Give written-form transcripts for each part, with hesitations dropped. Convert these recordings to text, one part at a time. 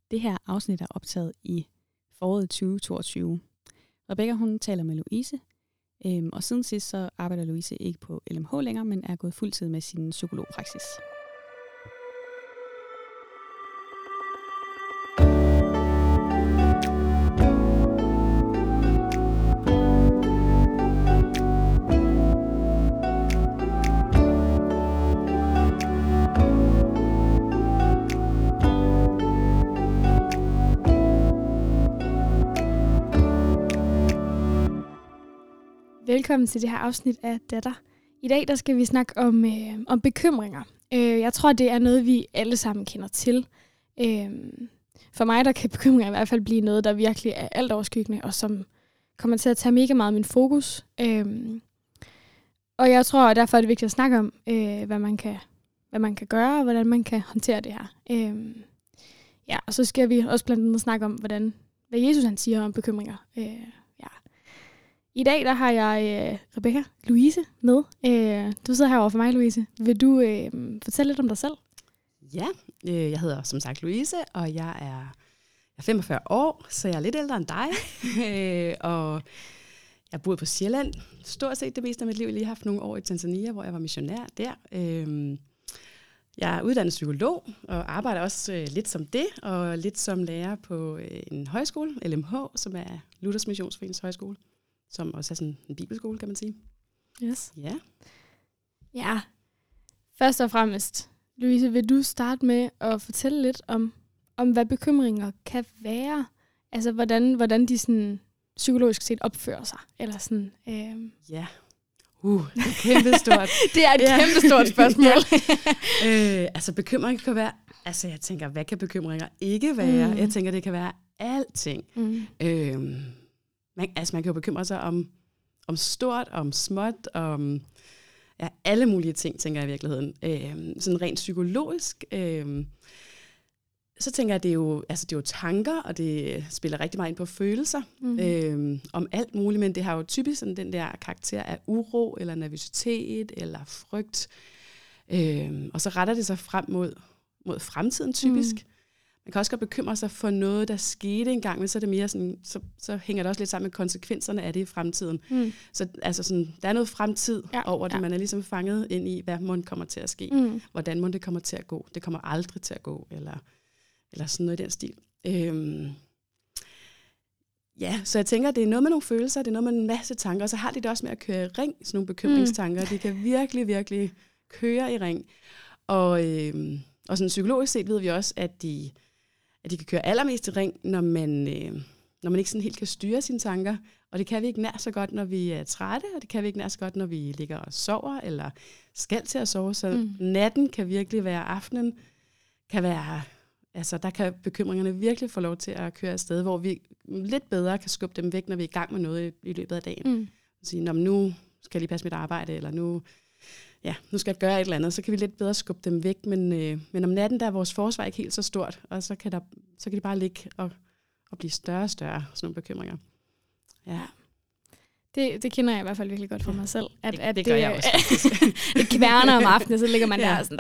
Det her afsnit er optaget i foråret 2022. Rebecca, hun taler med Louise, og siden sidst så arbejder Louise ikke på LMH længere, men er gået fuldtid med sin psykologpraksis. Velkommen til det her afsnit af Datter. I dag der skal vi snakke om bekymringer. Jeg tror, det er noget, vi alle sammen kender til. For mig der kan bekymringer i hvert fald blive noget, der virkelig er alt overskyggende, og som kommer til at tage mega meget min fokus. Og jeg tror, derfor er det vigtigt at snakke om, hvad man kan gøre, og hvordan man kan håndtere det her. Og så skal vi også blandt andet snakke om, hvad Jesus han siger om bekymringer. I dag der har jeg Rebecca, Louise med. Du sidder herovre for mig, Louise. Vil du fortælle lidt om dig selv? Ja, jeg hedder som sagt Louise, og jeg er 45 år, så jeg er lidt ældre end dig. Og jeg boede på Sjælland stort set det meste af mit liv. Jeg har lige haft nogle år i Tanzania, hvor jeg var missionær der. Jeg er uddannet psykolog og arbejder også lidt som det, og lidt som lærer på en højskole, LMH, som er Luthers Missionsforenings højskole. Som også er sådan en bibelskole, kan man sige. Yes. Ja. Ja. Først og fremmest, Louise, vil du starte med at fortælle lidt om hvad bekymringer kan være? Altså, hvordan de sådan psykologisk set opfører sig? Eller sådan, Ja. Det er kæmpestort. Det er et kæmpestort spørgsmål. Altså, bekymringer kan være... Altså, jeg tænker, hvad kan bekymringer ikke være? Jeg tænker, det kan være alting. Man kan jo bekymre sig om stort, om småt, om alle mulige ting, tænker jeg i virkeligheden. Sådan rent psykologisk, så tænker jeg, at det er jo tanker, og det spiller rigtig meget ind på følelser, om alt muligt, men det har jo typisk sådan den der karakter af uro, eller nervøsitet, eller frygt, og så retter det sig frem mod fremtiden typisk. Man kan også godt bekymre sig for noget, der skete engang, men så er det mere sådan, så hænger det også lidt sammen med konsekvenserne af det i fremtiden. Så altså sådan, der er noget fremtid over det. Man er ligesom fanget ind i, hvad må kommer til at ske. Hvordan må det kommer til at gå. Det kommer aldrig til at gå, eller sådan noget i den stil. Så jeg tænker, det er noget med nogle følelser, det er noget med en masse tanker, og så har de det også med at køre i ring, sådan nogle bekymringstanker. De kan virkelig, virkelig køre i ring. Og sådan psykologisk set ved vi også, at de kan køre allermest i ring, når man ikke sådan helt kan styre sine tanker. Og det kan vi ikke nær så godt, når vi er trætte, og det kan vi ikke nær så godt, når vi ligger og sover, eller skal til at sove. Så natten kan virkelig være, aftenen kan være, altså der kan bekymringerne virkelig få lov til at køre afsted, hvor vi lidt bedre kan skubbe dem væk, når vi er i gang med noget i løbet af dagen. Sige, nu skal jeg lige passe mit arbejde, eller nu skal jeg gøre et eller andet, så kan vi lidt bedre skubbe dem væk, men om natten, der er vores forsvar ikke helt så stort, og så kan de bare ligge og blive større og større, sådan nogle bekymringer. Ja. Det kender jeg i hvert fald virkelig godt for mig selv. Det gør jeg også. Det kværner om aftenen, så ligger man der sådan,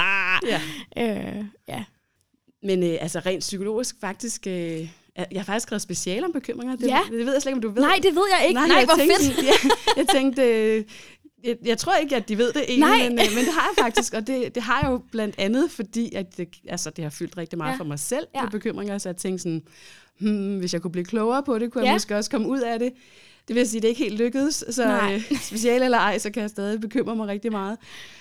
Men altså rent psykologisk faktisk... jeg har faktisk skrevet speciale om bekymringer. Det ved jeg slet ikke, om du ved. Nej, det ved jeg ikke. Nej, hvor fedt. Jeg tænkte... Jeg tror ikke, at de ved det egentlig, men det har jeg faktisk, og det har jeg jo blandt andet, fordi at det har fyldt rigtig meget for mig selv, med bekymringer, så jeg tænkte sådan, hvis jeg kunne blive klogere på det, kunne jeg måske også komme ud af det. Det vil sige, at det ikke helt lykkedes, så speciale eller ej, så kan jeg stadig bekymre mig rigtig meget.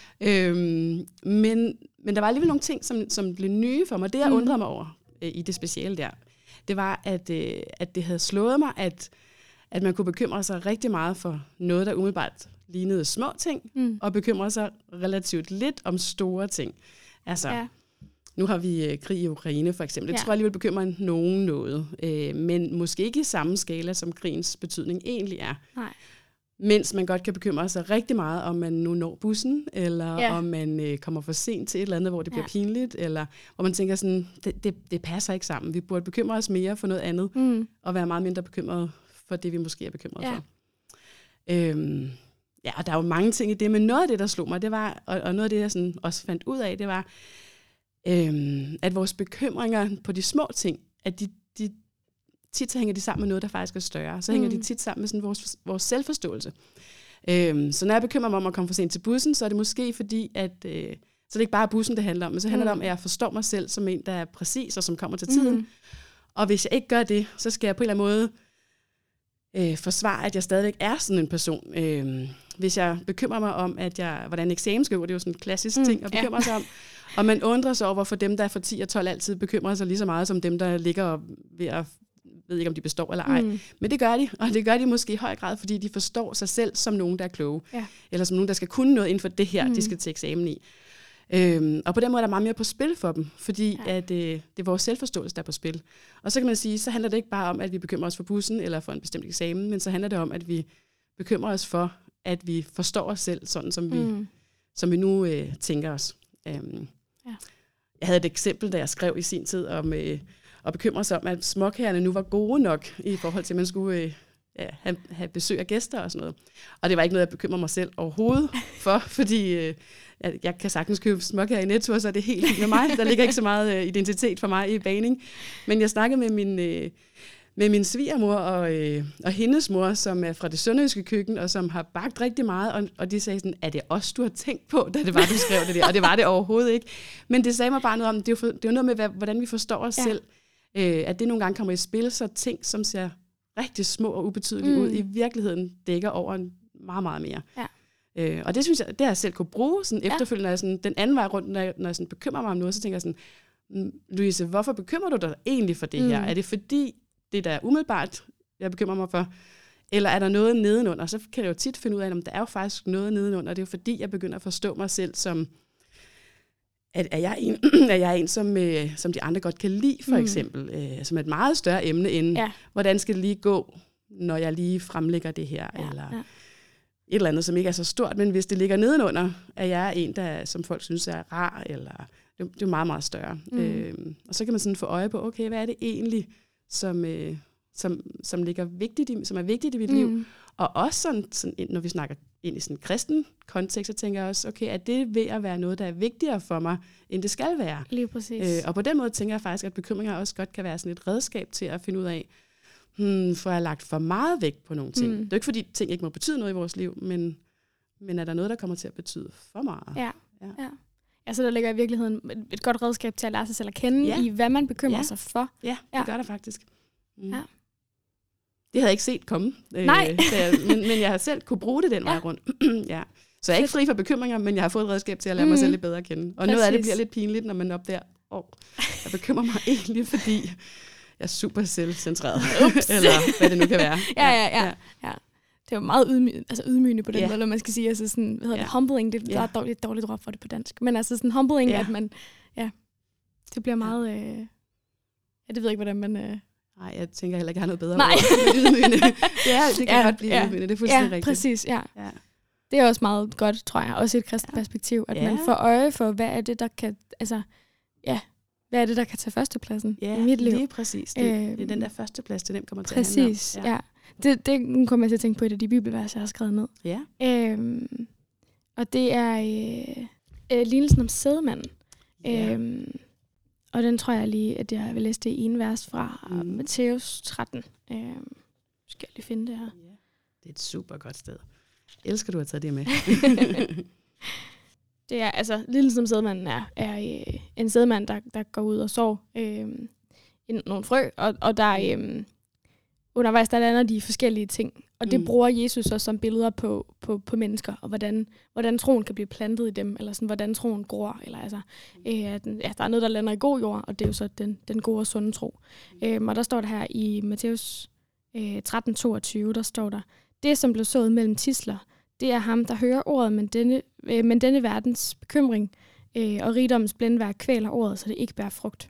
Men der var alligevel nogle ting, som blev nye for mig. Det, jeg undrede mig over i det speciale der, det var, at det havde slået mig, at man kunne bekymre sig rigtig meget for noget, der umiddelbart lignede små ting, og bekymre sig relativt lidt om store ting. Altså, nu har vi krig i Ukraine for eksempel. Det tror jeg alligevel bekymrer nogen noget, men måske ikke i samme skala, som krigens betydning egentlig er. Nej. Mens man godt kan bekymre sig rigtig meget, om man nu når bussen, eller om man kommer for sent til et eller andet, hvor det bliver pinligt, eller hvor man tænker sådan, det passer ikke sammen. Vi burde bekymre os mere for noget andet, og være meget mindre bekymret for det, vi måske er bekymret for. Og der er jo mange ting i det, men noget af det, der slog mig, det var, og noget af det, jeg sådan også fandt ud af, det var, at vores bekymringer på de små ting at de tit så hænger de sammen med noget, der faktisk er større. Så hænger de tit sammen med sådan vores selvforståelse. Så når jeg bekymrer mig om at komme for sent til bussen, så er det måske fordi, at så det er ikke bare bussen, det handler om, men så handler det om, at jeg forstår mig selv som en, der er præcis og som kommer til tiden. Og hvis jeg ikke gør det, så skal jeg på en eller anden måde forsvare, at jeg stadigvæk er sådan en person. Hvis jeg bekymrer mig om, hvordan eksamen skal gå, det er jo sådan en klassisk ting at bekymre sig om, og man undrer sig over, hvorfor dem, der er for 10 og 12 altid bekymrer sig lige så meget, som dem, der ligger ved at ved ikke, om de består eller ej. Men det gør de, og det gør de måske i høj grad, fordi de forstår sig selv som nogen, der er kloge. Ja. Eller som nogen, der skal kunne noget inden for det her, de skal til eksamen i. Og på den måde er der meget mere på spil for dem, fordi at, det er vores selvforståelse, der er på spil. Og så kan man sige, så handler det ikke bare om, at vi bekymrer os for bussen eller for en bestemt eksamen, men så handler det om, at vi bekymrer os for, at vi forstår os selv, sådan som vi nu tænker os. Jeg havde et eksempel, da jeg skrev i sin tid om at bekymre sig om, at småkagerne nu var gode nok i forhold til, at man skulle have besøg af gæster og sådan noget. Og det var ikke noget, jeg bekymrer mig selv overhovedet for, fordi jeg kan sagtens købe småkager i Netto, så er det helt fint med mig. Der ligger ikke så meget identitet for mig i bagning. Men jeg snakkede med min svigermor og hendes mor, som er fra det sønderjyske køkken, og som har bagt rigtig meget, og de sagde sådan, er det også du har tænkt på, da det var, du skrev det der? Og det var det overhovedet ikke. Men det sagde mig bare noget om, det er jo noget med, hvordan vi forstår os selv, at det nogle gange kommer i spil, så ting, som ser rigtig små og ubetydelige ud, i virkeligheden dækker over en meget, meget mere. Ja. Og det synes jeg, det har jeg selv kunne bruge sådan efterfølgende, når jeg sådan, den anden vej rundt, når jeg sådan bekymrer mig om noget, så tænker jeg sådan, Louise, hvorfor bekymrer du dig egentlig for det her? Er det fordi, det der er umiddelbart, jeg bekymrer mig for, eller er der noget nedenunder? Så kan jeg jo tit finde ud af, om der er jo faktisk noget nedenunder, og det er jo fordi, jeg begynder at forstå mig selv som, at er jeg en som de andre godt kan lide, for eksempel, som et meget større emne end, hvordan skal det lige gå, når jeg lige fremlægger det her, eller et eller andet, som ikke er så stort, men hvis det ligger nedenunder, at jeg er en, der, som folk synes er rar, eller det er meget, meget større. Og så kan man sådan få øje på, okay, hvad er det egentlig, som ligger vigtigt, som er vigtigt i mit liv. Og også sådan, når vi snakker ind i sådan en kristen kontekst, så tænker jeg også, okay, er det ved at være noget, der er vigtigere for mig, end det skal være? Lige præcis. Og på den måde tænker jeg faktisk, at bekymringer også godt kan være sådan et redskab til at finde ud af, får jeg lagt for meget vægt på nogle ting. Det er jo ikke, fordi ting ikke må betyde noget i vores liv, men er der noget, der kommer til at betyde for meget? Ja. Altså, der ligger i virkeligheden et godt redskab til at lære sig selv at kende i, hvad man bekymrer sig for. Ja, det gør der faktisk. Ja. Det havde jeg ikke set komme. Nej. Men jeg har selv kunne bruge det den vej rundt. Ja. Så jeg er ikke fri for bekymringer, men jeg har fået et redskab til at lære mig selv lidt bedre at kende. Og noget af det bliver lidt pinligt, når man opdager, jeg bekymrer mig egentlig, fordi jeg er super selvcentreret. Eller hvad det nu kan være. Ja. Det er jo meget ydmygende på den måde, eller man skal sige, altså sådan, hvad hedder det, humbling, det er et dårligt ord for det på dansk. Men altså sådan humbling, at man, det bliver meget, det ved jeg ikke, hvordan man... Nej, jeg tænker heller ikke, jeg har noget bedre ord. Ydmygende. Det kan godt blive ydmygende, det er fuldstændig rigtigt. Præcis, ja. Det er også meget godt, tror jeg, også et kristent perspektiv, at man får øje for, hvad er det, der kan, hvad er det, der kan tage førstepladsen i mit liv. Ja, lige præcis. Det er den der førsteplads, det nemt kommer til at handle om. Præcis, ja. Det kommer jeg til at tænke på et af de bibelvers, jeg har skrevet ned. Ja. Og det er lignelsen om sædemanden. Og den tror jeg lige, at jeg vil læse det i en vers fra Matthæus 13. Skal jeg lige finde det her. Ja. Det er et super godt sted. Elsker du at tage det med? Det er altså, lignelsen om sædemanden er en sædemand, der går ud og sår nogle frø, og der undervejs, der lander de forskellige ting. Og det bruger Jesus også som billeder på mennesker, og hvordan troen kan blive plantet i dem, eller sådan, hvordan troen gror. Eller altså, der er noget, der lander i god jord, og det er jo så den gode og sunde tro. Og der står der her i Matthæus 13:22, der står der, det som blev sået mellem tidsler, det er ham, der hører ordet, men denne verdens bekymring og rigdommens blændværk kvæler ordet, så det ikke bærer frugt.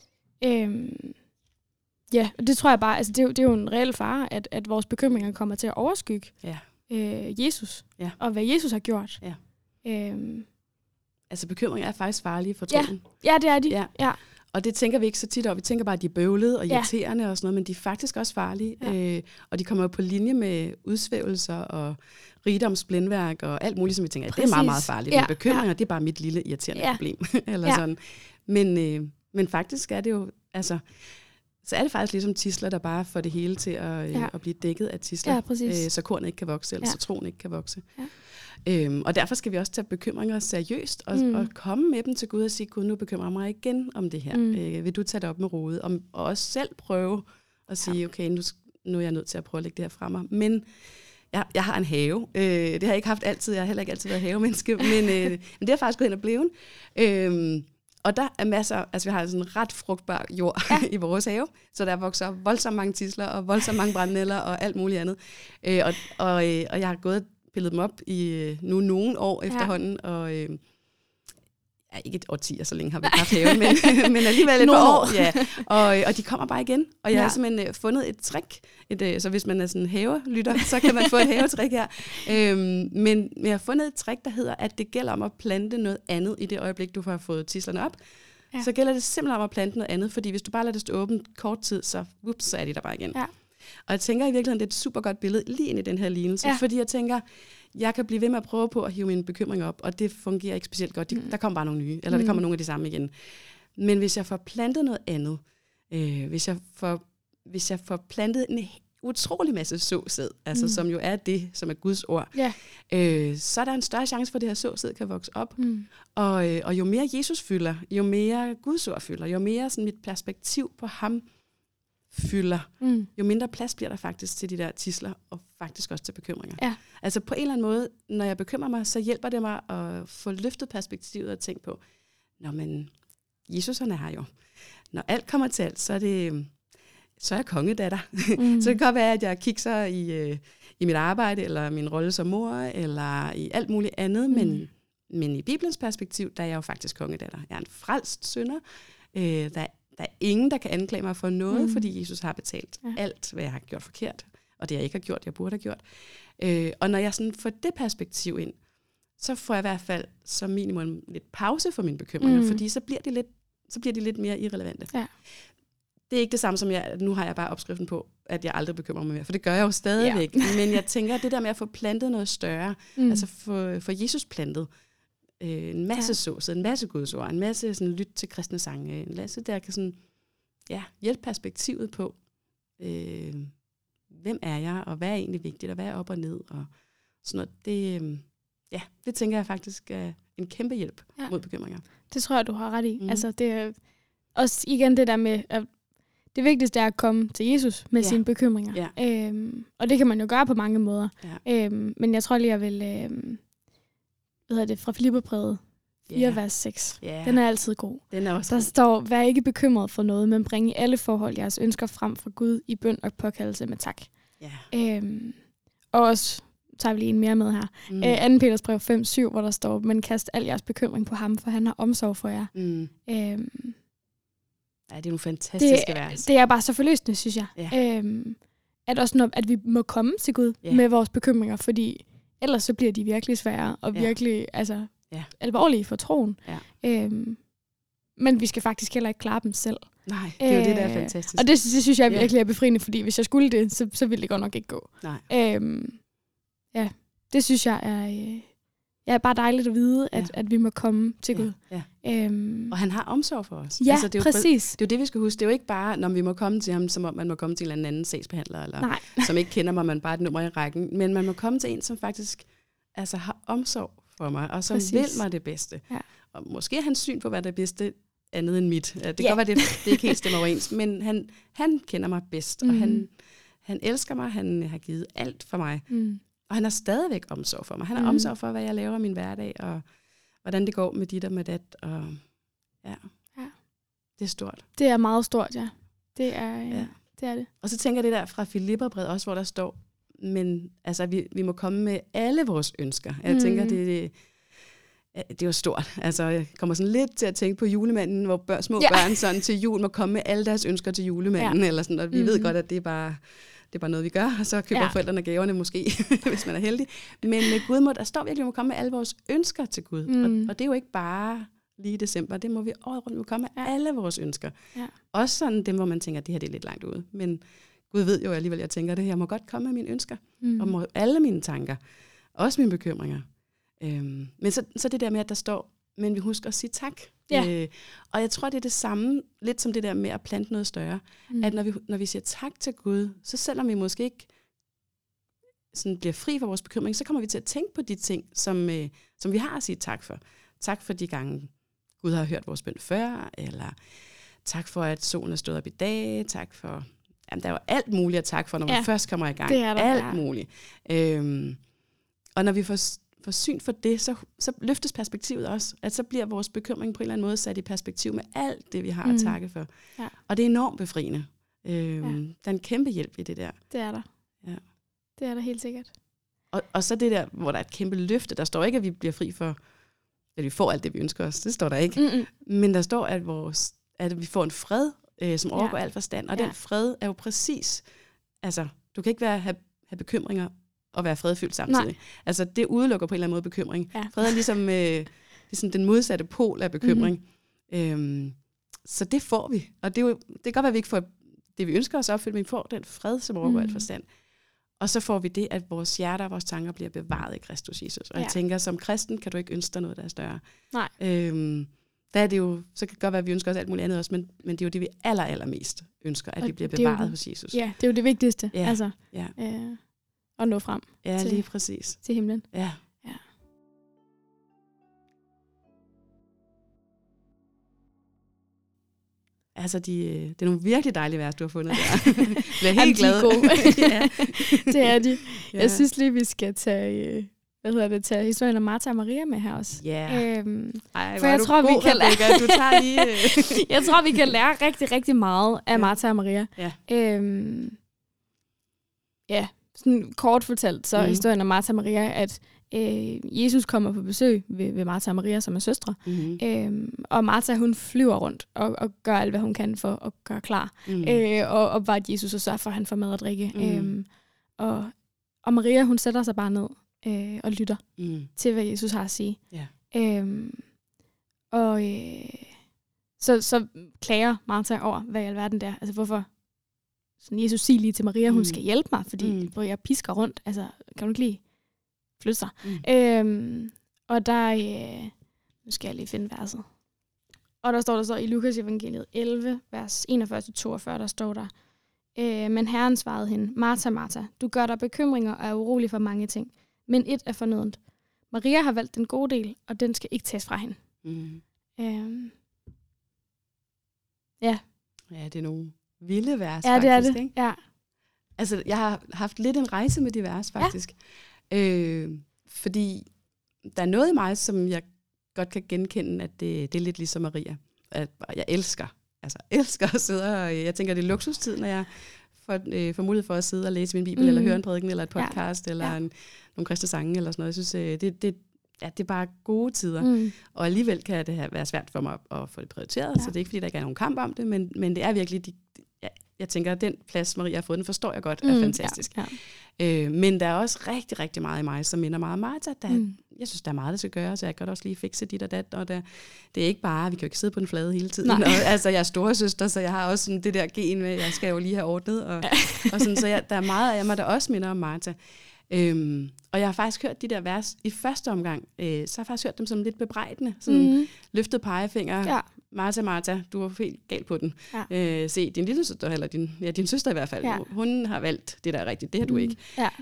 Ja, det tror jeg bare, altså det er jo en reel fare, at vores bekymringer kommer til at overskygge Jesus, og hvad Jesus har gjort. Ja. Altså bekymringer er faktisk farlige for troen. Ja, det er de. Ja. Og det tænker vi ikke så tit over. Vi tænker bare, at de er bøvlede og irriterende og sådan noget, men de er faktisk også farlige. Ja. Og de kommer jo på linje med udsvævelser og rigdomsblændværk og alt muligt, som vi tænker, det er meget, meget farligt. Men bekymringer, det er bare mit lille irriterende problem. Eller sådan. Men faktisk er det jo, altså... så er det faktisk ligesom tidsler, der bare får det hele til at blive dækket af tidsler, så kornet ikke kan vokse, eller så troen ikke kan vokse. Ja. Og derfor skal vi også tage bekymringer seriøst, og komme med dem til Gud og sige, Gud, nu bekymrer jeg mig igen om det her. Vil du tage det op med Rode? Og også selv prøve at sige, okay, nu er jeg nødt til at prøve at lægge det her fra mig. Men jeg har en have. Det har jeg ikke haft altid. Jeg har heller ikke altid været havemenneske, men det er faktisk gået hen og blevet. Og der er masser, altså vi har sådan en ret frugtbar jord i vores have, så der vokser voldsomt mange tidsler og voldsomt mange brændenælder og alt muligt andet. Og jeg har gået og pillet dem op i nogle år efterhånden, og ikke et årtier, så længe har vi ikke haft have, men alligevel et par år. Ja. Og de kommer bare igen. Og jeg har simpelthen fundet et trick. Så hvis man er sådan en havelytter, så kan man få et havetrik her. Men jeg har fundet et trick, der hedder, at det gælder om at plante noget andet i det øjeblik, du har fået tidslerne op. Ja. Så gælder det simpelthen om at plante noget andet, fordi hvis du bare lader det stå åbent kort tid, så er de der bare igen. Ja. Og jeg tænker i virkeligheden, det er et super godt billede lige ind i den her lignelse, fordi jeg tænker, jeg kan blive ved med at prøve på at hive mine bekymringer op, og det fungerer ikke specielt godt. Der kommer bare nogle nye, eller der kommer nogle af de samme igen. Men hvis jeg får plantet noget andet, hvis jeg får plantet en utrolig masse såsæd, altså som jo er det, som er Guds ord, så er der en større chance for, at det her såsæd kan vokse op. Og jo mere Jesus fylder, jo mere Guds ord fylder, jo mere sådan mit perspektiv på ham fylder, jo mindre plads bliver der faktisk til de der tidsler, og faktisk også til bekymringer. Ja. Altså på en eller anden måde, når jeg bekymrer mig, så hjælper det mig at få løftet perspektivet og tænke på, men Jesus han er her jo. Når alt kommer til alt, så er jeg kongedatter. Så det kan godt være, at jeg kigger i mit arbejde, eller min rolle som mor, eller i alt muligt andet, men i Bibelens perspektiv, der er jeg jo faktisk kongedatter. Jeg er en frelst synder. Der er ingen, der kan anklage mig for noget, fordi Jesus har betalt alt, hvad jeg har gjort forkert, og det jeg ikke har gjort, jeg burde have gjort. Og når jeg sådan får det perspektiv ind, så får jeg i hvert fald som minimum lidt pause for mine bekymringer, fordi så bliver de lidt mere irrelevante. Ja. Det er ikke det samme som nu har jeg bare opskriften på, at jeg aldrig bekymrer mig mere, for det gør jeg jo stadigvæk. Men jeg tænker, at det der med at få plantet noget større, altså få Jesus plantet, en masse såsæd, en masse Guds ord, en masse sådan, lyt til kristne sange, en masse, der kan sådan, hjælpe perspektivet på, hvem er jeg, og hvad er egentlig vigtigt, og hvad er op og ned, og sådan noget. Det tænker jeg faktisk er en kæmpe hjælp mod bekymringer. Det tror jeg, du har ret i. Altså, det er også igen det der med, at det vigtigste er at komme til Jesus med sine bekymringer. Ja. Og det kan man jo gøre på mange måder. Ja. Men jeg tror lige, jeg vil... fra Filipperbrevet 4, vers 6. Yeah. Den er altid god. Den er også der står, vær ikke bekymret for noget, men bring i alle forhold jeres ønsker frem for Gud i bøn og påkaldelse med tak. Yeah. Og også, tager vi lige en mere med her, 2. Peters brev 5:7, hvor der står, men kast al jeres bekymring på ham, for han har omsorg for jer. Det er nogle fantastiske vers. Det er bare så forløsende, synes jeg. Yeah. At også at vi må komme til Gud med vores bekymringer, fordi ellers så bliver de virkelig svære, og virkelig alvorlige for troen. Ja. Men vi skal faktisk heller ikke klare dem selv. Nej, det er jo det, der er fantastisk. Og det synes jeg virkelig er befriende, fordi hvis jeg skulle det, så ville det godt nok ikke gå. Nej. Det synes jeg er bare dejligt at vide, at vi må komme til Gud. Ja. Og han har omsorg for os. Ja, altså, det er præcis. Det er jo det, vi skal huske. Det er jo ikke bare, når vi må komme til ham, som om man må komme til en eller anden sagsbehandler, eller som ikke kender mig, man bare et nummer i rækken. Men man må komme til en, som faktisk har omsorg for mig, og som vil mig det bedste. Ja. Og måske er hans syn på, hvad der er bedste, andet end mit. Det kan godt være, det ikke helt stemmer overens, men han kender mig bedst, og han elsker mig, han har givet alt for mig. Og han har stadigvæk omsorg for mig. Han har omsorg for, hvad jeg laver i min hverdag, og hvordan det går med dit og med dat. Og det er stort. Det er meget stort, ja. Det er det. Og så tænker jeg det der fra Filipperbrevet også, hvor der står, men altså, vi må komme med alle vores ønsker. Jeg tænker, det er jo stort. Altså, jeg kommer sådan lidt til at tænke på julemanden, hvor små børn sådan til jul må komme med alle deres ønsker til julemanden, eller sådan, og vi ved godt, at det er bare noget, vi gør, og så køber forældrene gaverne måske, hvis man er heldig. Men med Gud der står virkelig, at vi må komme med alle vores ønsker til Gud. Og det er jo ikke bare lige i december, det må vi året rundt komme med alle vores ønsker. Ja. Også sådan dem, hvor man tænker, at det her det er lidt langt ude. Men Gud ved jo alligevel, jeg tænker det her, jeg må godt komme med mine ønsker, og må alle mine tanker, også mine bekymringer. Men så det der med, at der står, men vi husker at sige tak. Ja. Og jeg tror, det er det samme, lidt som det der med at plante noget større. At når vi siger tak til Gud, så selvom vi måske ikke sådan bliver fri for vores bekymring, så kommer vi til at tænke på de ting, som vi har at sige tak for. Tak for de gange, Gud har hørt vores bøn før, eller tak for, at solen er stået op i dag, tak for... Jamen, der er jo alt muligt at tak for, når man først kommer i gang. Det er der, alt muligt. Og når vi får syn for det, så løftes perspektivet også. At så bliver vores bekymring på en eller anden måde sat i perspektiv med alt det, vi har at takke for. Ja. Og det er enormt befriende. Der er en kæmpe hjælp i det der. Det er der. Ja. Det er der helt sikkert. Og så det der, hvor der er et kæmpe løfte. Der står ikke, at vi bliver fri for, at vi får alt det, vi ønsker os. Det står der ikke. Men der står, at vi får en fred, som overgår alt forstand. Og den fred er jo præcis... Altså, du kan ikke have bekymringer og være fredfyldt samtidig. Nej. Altså, det udelukker på en eller anden måde bekymring. Ja. Fred er ligesom den modsatte pol af bekymring. Så det får vi. Og det kan godt være, at vi ikke får det, vi ønsker os opfyldt, men vi får den fred, som overgår alt forstand. Og så får vi det, at vores hjerter og vores tanker bliver bevaret i Kristus Jesus. Og jeg tænker, som kristen kan du ikke ønske dig noget, der er større. Nej. Der er det jo, så kan det godt være, at vi ønsker os alt muligt andet også, men det er jo det, vi allermest ønsker, at vi bliver bevaret hos Jesus. Ja, det er jo det vigtigste. Ja. Altså, at nå frem lige præcis. Til himlen. Ja. Altså, det er nogle virkelig dejlige vers, du har fundet der. Jeg er helt glad. Ja. Det er de. Ja. Jeg synes lige, vi skal tage historien om Martha og Maria med her også. Ja. For jeg tror, vi kan lære. Du tager lige... Jeg tror, vi kan lære rigtig, rigtig meget af Martha og Maria. Ja. Sådan kort fortalt, så historien om Martha og Maria, at Jesus kommer på besøg ved Martha og Maria, som er søstre. Og Martha, hun flyver rundt og gør alt, hvad hun kan for at gøre klar. Og bare at Jesus og sørger for, at han får mad og drikke. Og Maria, hun sætter sig bare ned og lytter til, hvad Jesus har at sige. Så klager Martha over, hvad i alverden der. Altså hvorfor sådan Jesus siger lige til Maria, hun skal hjælpe mig, fordi jeg pisker rundt. Altså, kan du ikke lige flytte sig? Og der, nu skal jeg lige finde verset. Og der står der så i Lukas evangeliet 11, vers 41-42, der står der, men Herren svarede hende, Martha, Martha, du gør dig bekymringer og er urolig for mange ting, men et er fornødent. Maria har valgt den gode del, og den skal ikke tages fra hende. Ja, det er nogle vilde vers, faktisk. Det er det. Ikke? Ja. Altså, jeg har haft lidt en rejse med de vers, faktisk. Fordi der er noget i mig, som jeg godt kan genkende, at det er lidt ligesom Maria. At jeg elsker at sidde og jeg tænker, det er luksustid, når jeg får mulighed for at sidde og læse min bibel, eller høre en prædiken, eller et podcast, eller nogle kristne sange, eller sådan noget. Jeg synes, det er bare gode tider. Og alligevel kan det være svært for mig at få det prioriteret, så det er ikke, fordi der ikke er nogen kamp om det, men det er virkelig, jeg tænker, at den plads, Maria har fået, den forstår jeg godt, er fantastisk. Men der er også rigtig, rigtig meget i mig, som minder meget om Martha. Jeg synes, der er meget, der skal gøre, så jeg kan godt også lige fikse dit og dat. Og det er ikke bare, vi kan jo ikke sidde på den flade hele tiden. Og, altså, jeg er storesøster, så jeg har også sådan det der gen med, jeg skal jo lige have ordnet. Og sådan, så der er meget af mig, der også minder om Martha. Og jeg har faktisk hørt de der vers i første omgang, så har jeg faktisk hørt dem som lidt bebrejdende, sådan løftet pegefinger. Martha, Martha, du var helt galt på den. Se, din lille søster, eller din søster i hvert fald, hun har valgt det, der er rigtigt, det har du ikke.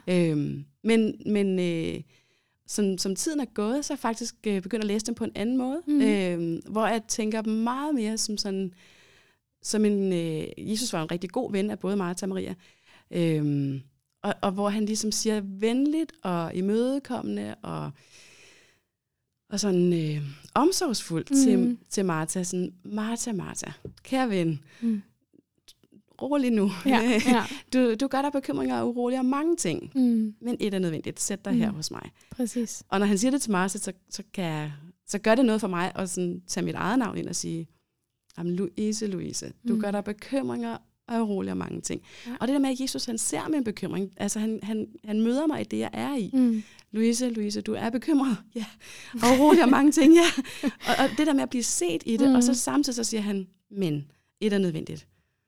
Men som tiden er gået, så har jeg faktisk begyndt at læse dem på en anden måde, hvor jeg tænker meget mere som en... Jesus var en rigtig god ven af både Martha og Maria, og hvor han ligesom siger venligt og imødekommende og sådan omsorgsfuldt til Martha. Sådan, Martha, kære ven, rolig nu. Du gør dig bekymringer og urolig om mange ting, men et er nødvendigt. Sæt dig her hos mig. Præcis. Og når han siger det til Martha, så gør det noget for mig at sådan, tage mit eget navn ind og sige, Louise, du gør dig bekymringer og er urolig om mange ting. Og det der med, at Jesus han ser min bekymring, altså han møder mig i det, jeg er i. Louise, du er bekymret, og urolig om mange ting, og det der med at blive set i det, og så samtidig så siger han, men et er nødvendigt.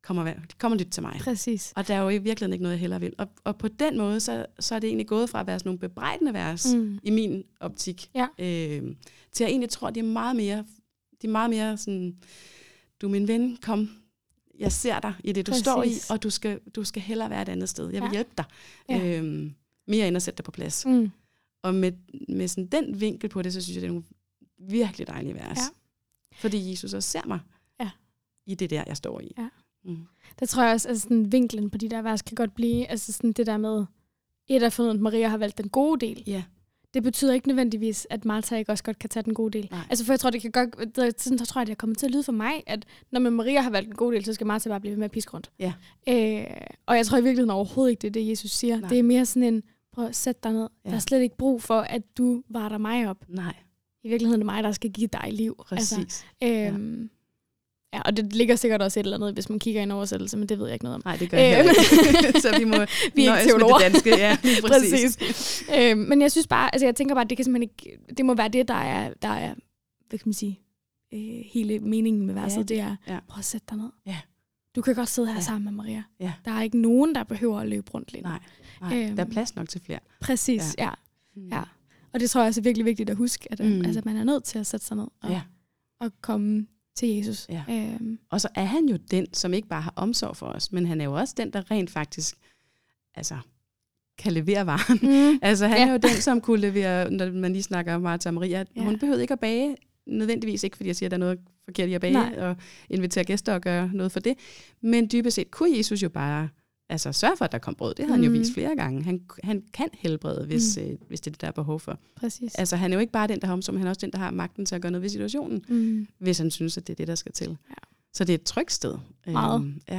kommer lyt til mig. Præcis. Og der er jo i virkeligheden ikke noget, jeg hellere vil. Og på den måde, så er det egentlig gået fra at være sådan nogle bebrejdende vers i min optik, til at egentlig tror, at de er meget mere sådan, du min ven, kom, jeg ser dig i det, du står i, og du skal hellere være et andet sted. Jeg vil hjælpe dig. Ja. Mere end at sætte dig på plads. Og med sådan den vinkel på det, så synes jeg, det er nogle virkelig dejlige vers. Ja. Fordi Jesus også ser mig i det der, jeg står i. Ja. Der tror jeg også, at sådan vinklen på de der vers kan godt blive, altså sådan det der med, at Maria har valgt den gode del. Ja. Det betyder ikke nødvendigvis, at Martha ikke også godt kan tage den gode del. Nej. Altså for jeg tror, det kan godt, sådan så tror jeg, det er kommet til at lyde for mig, at når Maria har valgt den gode del, så skal Martha bare blive ved med at piske rundt. Ja. Og jeg tror i virkeligheden overhovedet ikke, det Jesus siger. Nej. Det er mere sådan en, prøv at sætte dig ned. Ja. Der er slet ikke brug for, at du varter mig op. Nej. I virkeligheden er det mig, der skal give dig liv. Præcis. Altså, ja, og det ligger sikkert også et eller andet, hvis man kigger i en oversættelse, men det ved jeg ikke noget om. Nej, det gør jeg ikke. Så vi må nøjes med det danske. Ja, præcis. Men jeg synes bare, altså jeg tænker bare, at det kan simpelthen ikke, det må være det, der er hvad kan man sige, hele meningen med verset, det er, prøv at sætte dig ned. Ja. Du kan godt sidde her sammen med Maria. Ja. Der er ikke nogen, der behøver at løbe rundt lige nu. Nej. Der er plads nok til flere. Præcis, ja. Og det tror jeg også er virkelig vigtigt at huske, at altså, man er nødt til at sætte sig ned og komme til Jesus. Ja. Og så er han jo den, som ikke bare har omsorg for os, men han er jo også den, der rent faktisk kan levere varen. Altså han er jo den, som kunne levere, når man lige snakker om Martha og Maria. Hun behøvede ikke at bage, nødvendigvis ikke, fordi jeg siger, at der er noget forkert i at bage, og invitere gæster og gøre noget for det. Men dybest set kunne Jesus jo bare sørge for, at der kom brød. Det har han jo vist flere gange. Han kan helbrede, hvis det er det, der er behov for. Præcis. Altså, han er jo ikke bare den, der har omsorg, men han er også den, der har magten til at gøre noget ved situationen, hvis han synes, at det er det, der skal til. Ja. Så det er et trygt sted. Meget. Ja.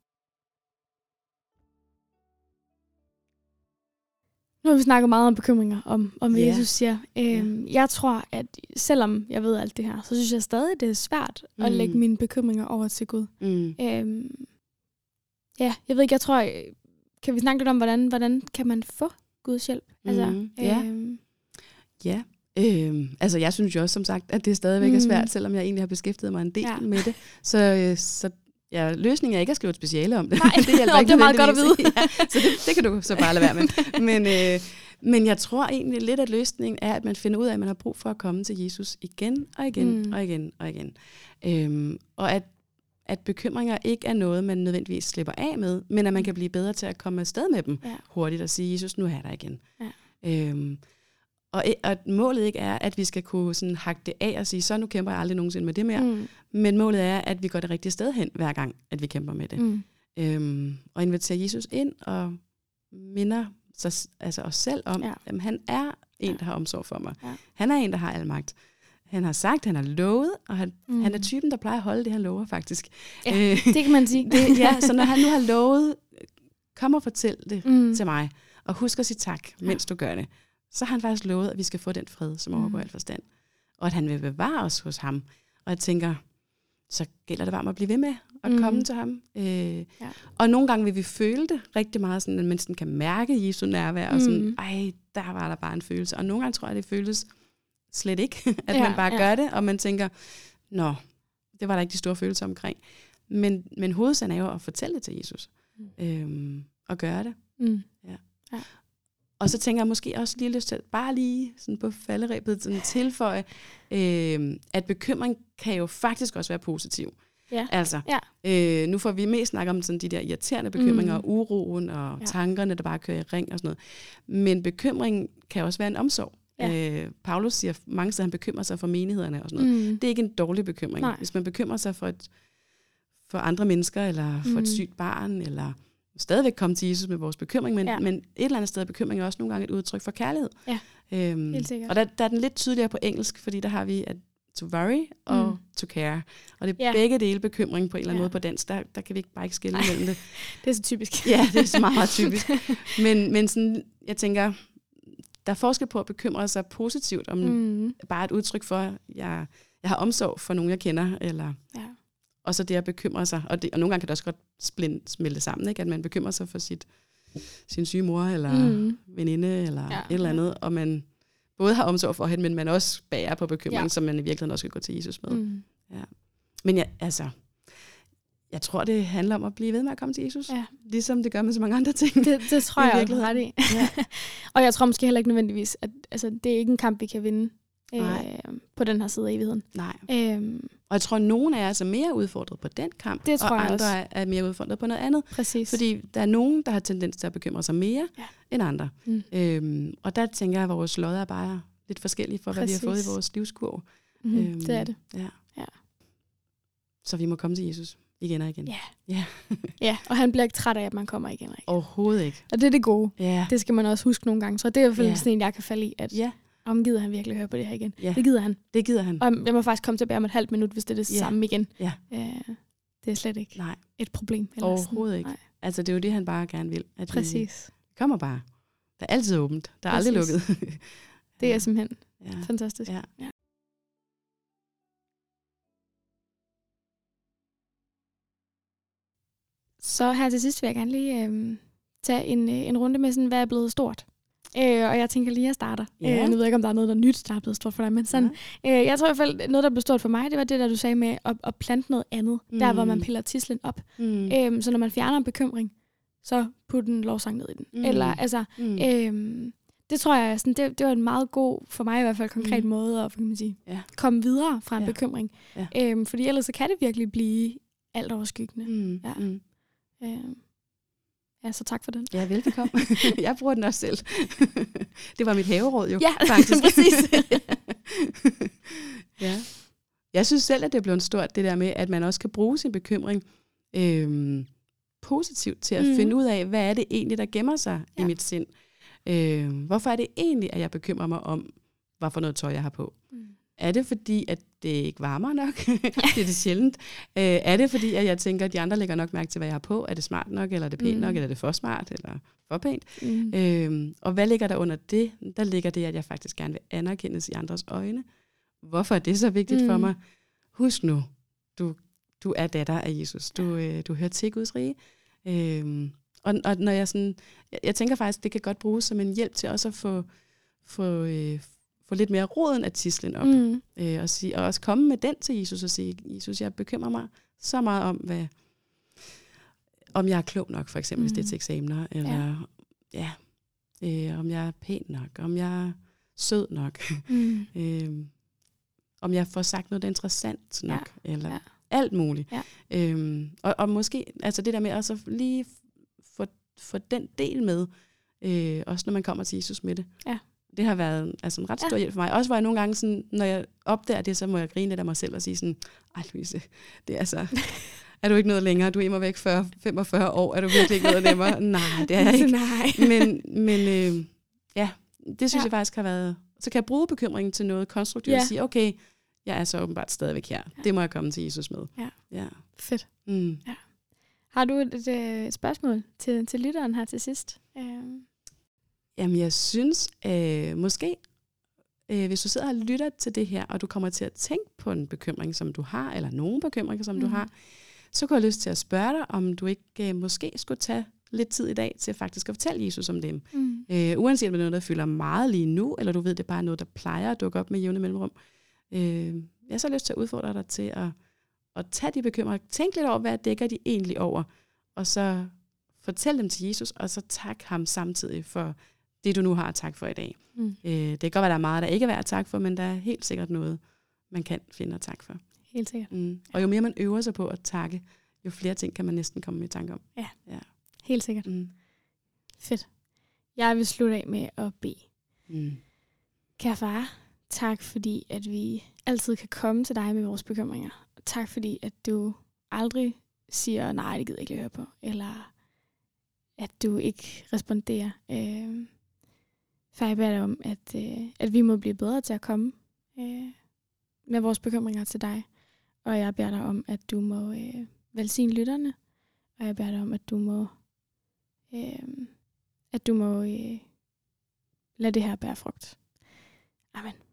Nu har vi snakket meget om bekymringer, om hvad Jesus siger. Jeg tror, at selvom jeg ved alt det her, så synes jeg stadig, det er svært at lægge mine bekymringer over til Gud. Ja, jeg ved ikke, jeg tror, kan vi snakke lidt om, hvordan kan man få Guds hjælp? Altså, altså jeg synes jo også, som sagt, at det stadigvæk er svært, selvom jeg egentlig har beskæftiget mig en del med det. Så løsningen er ikke at skrive et speciale om det. Nej, det hjælper ikke. Det er meget godt at vide. Så det kan du så bare lade være med. Men jeg tror egentlig lidt, at løsningen er, at man finder ud af, at man har brug for at komme til Jesus igen og igen og igen og igen. Og at bekymringer ikke er noget, man nødvendigvis slipper af med, men at man kan blive bedre til at komme afsted med dem hurtigt og sige, Jesus, nu er jeg der igen. Ja. Og målet ikke er, at vi skal kunne sådan hakke det af og sige, så nu kæmper jeg aldrig nogensinde med det mere. Men målet er, at vi går det rigtige sted hen, hver gang, at vi kæmper med det. Og inviterer Jesus ind og minder os selv om, at han er en, der har omsorg for mig. Ja. Han er en, der har al magt. Han har sagt, han har lovet, og han er typen, der plejer at holde det, han lover faktisk. Ja, det kan man sige. Så når han nu har lovet, kom og fortæl det til mig, og husk at sige tak, mens du gør det, så har han faktisk lovet, at vi skal få den fred, som overgår al forstand. Og at han vil bevare os hos ham. Og jeg tænker, så gælder det bare om at blive ved med at komme til ham. Og nogle gange vil vi føle det rigtig meget, sådan, at man sådan kan mærke Jesu nærvær, og sådan, der var der bare en følelse. Og nogle gange tror jeg, det føles slet ikke, at man bare gør det, og man tænker, det var der ikke de store følelser omkring. Men hovedsagen er jo at fortælle det til Jesus, og gøre det. Ja. Og så tænker jeg måske også lige lyst til, bare lige sådan på falderebet, sådan tilføje, at bekymring kan jo faktisk også være positiv. Ja. Altså, nu får vi mest snakke om sådan de der irriterende bekymringer, og uroen og tankerne, der bare kører i ring og sådan noget. Men bekymring kan også være en omsorg. Ja. Paulus siger mange steder, han bekymrer sig for menighederne og sådan noget. Det er ikke en dårlig bekymring. Nej. Hvis man bekymrer sig for andre mennesker, eller for et sygt barn, eller stadigvæk komme til Jesus med vores bekymring, men et eller andet sted er bekymring også nogle gange et udtryk for kærlighed. Ja, helt sikkert. Og der er den lidt tydeligere på engelsk, fordi der har vi at to worry og to care. Og det er begge dele bekymring på en eller anden måde på dansk. Der kan vi bare ikke skille mellem det. Det er så typisk. Ja, det er så meget typisk. Men sådan, jeg tænker, der er forskel på at bekymre sig positivt, om bare et udtryk for, at jeg har omsorg for nogen, jeg kender, eller... Ja. Og så det at bekymre sig, og nogle gange kan det også godt smelte sammen, ikke? At man bekymrer sig for sin syge mor, eller veninde, eller et eller andet, og man både har omsorg for hende, men man også bærer på bekymring, som man i virkeligheden også skal gå til Jesus med. Ja. Men jeg Jeg tror, det handler om at blive ved med at komme til Jesus. Ja. Ligesom det gør med så mange andre ting. Det tror jeg virkelig ret i. Ja. Og jeg tror måske heller ikke nødvendigvis, at det er ikke en kamp, vi kan vinde på den her side af evigheden. Nej. Og jeg tror, at nogen af os er mere udfordret på den kamp, det tror og jeg andre også. er mere udfordret på noget andet. Præcis. Fordi der er nogen, der har tendens til at bekymre sig mere end andre. Og der tænker jeg, at vores lodder er bare lidt forskellige for, hvad vi har fået i vores livskurv. Det er det. Ja. Så vi må komme til Jesus igen og igen. Ja, og han bliver ikke træt af, at man kommer igen og igen. Overhovedet ikke. Og det er det gode. Ja. Det skal man også huske nogle gange. Så det er i hvert fald sådan en, jeg kan falde i, at gider han virkelig høre på det her igen. Ja. Det gider han. Det gider han. Og jeg må faktisk komme tilbage om et halvt minut, hvis det er det samme igen. Ja. Det er slet ikke et problem. Eller overhovedet ikke. Nej. Altså, det er jo det, han bare gerne vil. At Præcis. vi kommer bare. Der er altid åbent. Der er aldrig lukket. Det er simpelthen fantastisk. Ja. Så her til sidst vil jeg gerne lige tage en runde med, sådan, hvad er blevet stort. Og jeg tænker lige, at jeg starter. Nu ved jeg ikke, om der er noget, der er nyt, der er blevet stort for dig, men sådan, jeg tror i hvert fald, noget, der blev stort for mig, det var det, der du sagde med at plante noget andet, der hvor man piller tidslen op. Så når man fjerner en bekymring, så putter en lovsang ned i den. Eller altså, det tror jeg, sådan, det var en meget god, for mig i hvert fald, konkret måde at kan man sige, komme videre fra en bekymring. Fordi ellers så kan det virkelig blive alt overskyggende. Så tak for den. Ja, velbekomme. Jeg bruger den også selv. Det var mit haveråd jo, ja, faktisk. Præcis. Ja. Jeg synes selv, at det er blevet stort, det der med, at man også kan bruge sin bekymring positivt til at finde ud af, hvad er det egentlig, der gemmer sig i mit sind. Hvorfor er det egentlig, at jeg bekymrer mig om, hvad for noget tøj jeg har på? Er det fordi, at det ikke varmer nok? Det er det sjældent. Er det fordi, at jeg tænker, at de andre lægger nok mærke til, hvad jeg har på? Er det smart nok, eller er det pænt nok, eller er det for smart, eller for pænt? Og hvad ligger der under det? Der ligger det, at jeg faktisk gerne vil anerkendes i andres øjne. Hvorfor er det så vigtigt for mig? Husk nu, du er datter af Jesus. Du hører til Guds rige. Og når jeg sådan, jeg tænker faktisk, det kan godt bruges som en hjælp til også at få lidt mere roden af tidslen op. Og også komme med den til Jesus og sige, Jesus, jeg bekymrer mig så meget om, om jeg er klog nok, for eksempel, hvis det er til eksamener, eller om jeg er pæn nok, om jeg er sød nok, om jeg får sagt noget, der er interessant nok, eller alt muligt. Og måske, altså det der med også lige få den del med, også når man kommer til Jesus med det. Det har været en ret stor hjælp for mig. Også var jeg nogle gange sådan, når jeg opdager det, så må jeg grine lidt af mig selv og sige sådan, ej Louise, det er altså, er du ikke noget længere? Du er immer væk 45 år, er du virkelig ikke noget nemmere? Nej, det er jeg ikke. Men det synes jeg faktisk har været, så kan jeg bruge bekymringen til noget konstruktivt og sige, okay, jeg er så åbenbart stadigvæk her. Det må jeg komme til Jesus med. Ja. Fedt. Ja. Har du et spørgsmål til lytteren her til sidst? Jamen, jeg synes, måske, hvis du sidder og lytter til det her, og du kommer til at tænke på en bekymring, som du har, eller nogle bekymringer, som du har, så kunne jeg lyst til at spørge dig, om du ikke måske skulle tage lidt tid i dag til faktisk at fortælle Jesus om dem. Uanset om det er noget, der fylder meget lige nu, eller du ved, det er bare noget, der plejer at dukke op med jævne mellemrum. Jeg har så lyst til at udfordre dig til at tage de bekymringer, tænk lidt over, hvad dækker de egentlig over, og så fortæl dem til Jesus, og så tak ham samtidig for det, du nu har at takke for i dag. Det kan godt være, der er meget, der ikke er værd at takke for, men der er helt sikkert noget, man kan finde at takke for. Helt sikkert. Og jo mere man øver sig på at takke, jo flere ting kan man næsten komme i tanke om. Ja. Helt sikkert. Fedt. Jeg vil slutte af med at bede. Kære far, tak fordi, at vi altid kan komme til dig med vores bekymringer. Tak fordi, at du aldrig siger, nej, det gider jeg ikke høre på. Eller at du ikke responderer. For jeg beder dig om, at vi må blive bedre til at komme med vores bekymringer til dig. Og jeg beder dig om, at du må velsigne lytterne. Og jeg beder dig om, at du må lade det her bære frugt. Amen.